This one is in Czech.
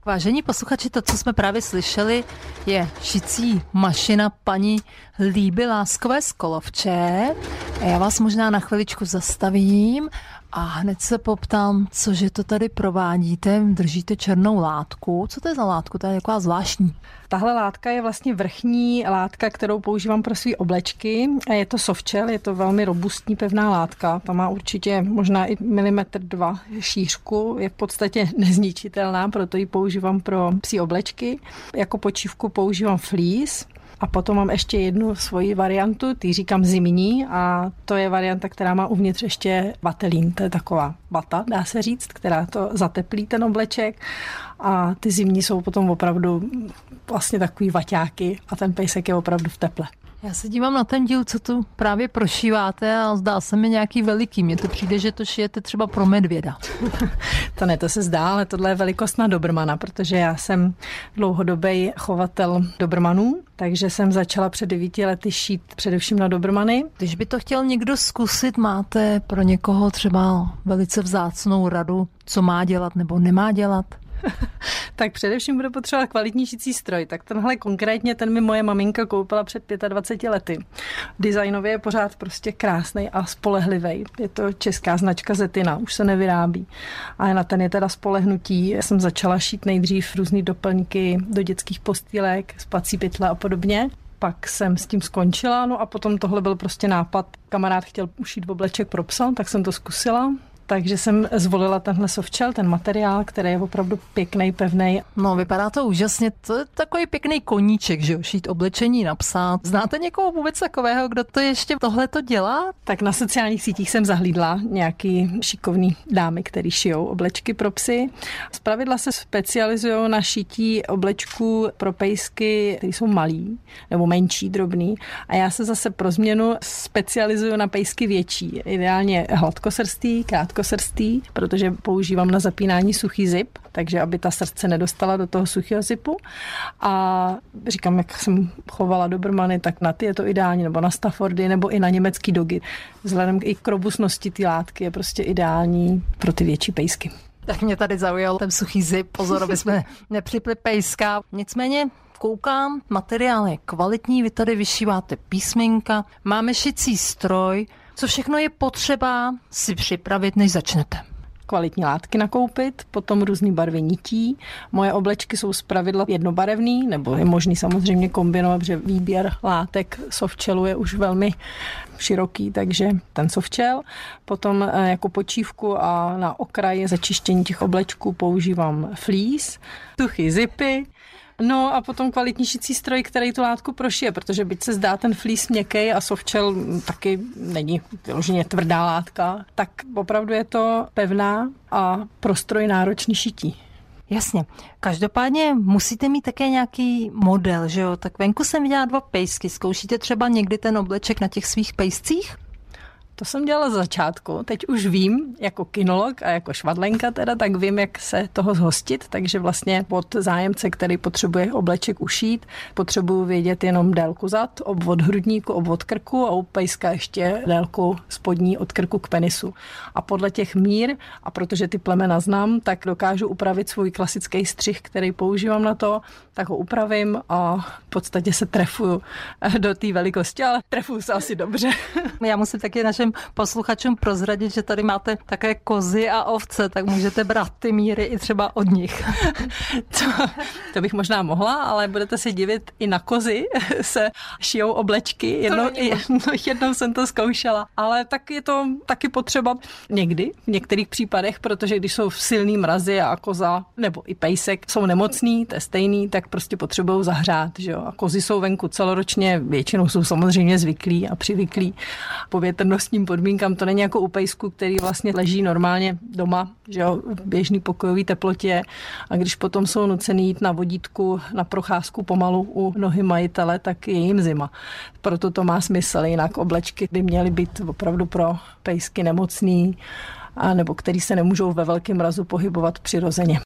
Vážení posluchači, to, co jsme právě slyšeli, je šicí mašina paní Líby Láskové z Kolovče. A já vás možná na chviličku zastavím a hned se poptám, cože to tady provádíte. Držíte černou látku. Co to je za látku? To je taková zvláštní. Tahle látka je vlastně vrchní látka, kterou používám pro své oblečky. A je to softgel, je to velmi robustní pevná látka. Ta má určitě možná i 1,2 mm šířku. Je v podstatě nezničitelná, proto ji používám pro psí oblečky. Jako počívku používám fleece. A potom mám ještě jednu svoji variantu, ty říkám zimní, a to je varianta, která má uvnitř ještě vatelín. To je taková vata, dá se říct, která to zateplí ten obleček. A ty zimní jsou potom opravdu vlastně takový vaťáky a ten pejsek je opravdu v teple. Já se dívám na ten díl, co tu právě prošíváte a zdá se mi nějaký veliký. Mně to přijde, že to šijete třeba pro medvěda. To se zdá, ale tohle je velikost na dobrmana, protože já jsem dlouhodobý chovatel dobrmanů, takže jsem začala před 9 lety šít především na dobrmany. Když by to chtěl někdo zkusit, máte pro někoho třeba velice vzácnou radu, co má dělat nebo nemá dělat? Tak především bude potřebovat kvalitní šicí stroj. Tak tenhle konkrétně, ten mi moje maminka koupila před 25 lety. Designově je pořád prostě krásnej a spolehlivý. Je to česká značka Zetina, už se nevyrábí. A na ten je teda spolehnutí. Já jsem začala šít nejdřív různý doplňky do dětských postýlek, spací pytle a podobně. Pak jsem s tím skončila, no a potom tohle byl prostě nápad. Kamarád chtěl ušít obleček pro psa, tak jsem to zkusila. Takže jsem zvolila tenhle softgel, ten materiál, který je opravdu pěkný, pevný. No, vypadá to úžasně. To je takový pěkný koníček, že jo, šít oblečení na psa. Znáte někoho vůbec takového, kdo to ještě tohle to dělá? Tak na sociálních sítích jsem zahlídla nějaký šikovný dámy, který šijou oblečky pro psy. Zpravidla se specializují na šití oblečků pro pejsky, které jsou malý nebo menší, drobný. A já se zase pro změnu specializuju na pejsky větší. Ideálně hladkosrstý, krátkosrstý, protože používám na zapínání suchý zip, takže aby ta srst se nedostala do toho suchého zipu. A říkám, jak jsem chovala dobrmany, tak na ty je to ideální, nebo na Staffordy, nebo i na německý dogy. Vzhledem i k robustnosti ty látky je prostě ideální pro ty větší pejsky. Tak mě tady zaujal ten suchý zip, pozor, aby jsme nepřipli pejska. Nicméně koukám, materiál je kvalitní, vy tady vyšíváte písmenka, máme šicí stroj. Co všechno je potřeba si připravit, než začnete? Kvalitní látky nakoupit, potom různý barvy nití. Moje oblečky jsou zpravidla jednobarevný, nebo je možný samozřejmě kombinovat, protože výběr látek softgelu je už velmi široký, takže ten softgel. Potom jako počívku a na okraji začištění těch oblečků používám fleece, tuchy zipy. No a potom kvalitní šicí stroj, který tu látku prošije, protože byť se zdá ten fleece měkký a softgel taky není vyloženě tvrdá látka, tak opravdu je to pevná a pro stroj náročný šití. Jasně. Každopádně musíte mít také nějaký model, že jo? Tak venku jsem viděla 2 pejsky. Zkoušíte třeba někdy ten obleček na těch svých pejscích? To jsem dělala z začátku, teď už vím, jako kinolog a jako švadlenka teda, tak vím, jak se toho zhostit, takže vlastně od zájemce, který potřebuje obleček ušít, potřebuju vědět jenom délku zad, obvod hrudníku, obvod krku a u pejska ještě délku spodní od krku k penisu. A podle těch mír, a protože ty plemena znám, tak dokážu upravit svůj klasický střih, který používám na to, tak ho upravím a v podstatě se trefuju do té velikosti, ale trefuju se asi dobře. Já musím taky našim posluchačům prozradit, že tady máte také kozy a ovce, tak můžete brát ty míry i třeba od nich. To bych možná mohla, ale budete se divit, i na kozy se šijou oblečky. Jednou jsem to zkoušela, ale tak je to taky potřeba někdy, v některých případech, protože když jsou silný mrazy a koza nebo i pejsek jsou nemocný, to je stejný, tak prostě potřebují zahřát. Že jo? A kozy jsou venku celoročně, většinou jsou samozřejmě zvyklí a přivyklí povětrnostním podmínkám. To není jako u pejsku, který vlastně leží normálně doma, že jo, v běžný pokojový teplotě, a když potom jsou nucený jít na vodítku, na procházku pomalu u nohy majitele, tak je jim zima. Proto to má smysl, jinak oblečky by měly být opravdu pro pejsky nemocný, a nebo který se nemůžou ve velkém mrazu pohybovat přirozeně.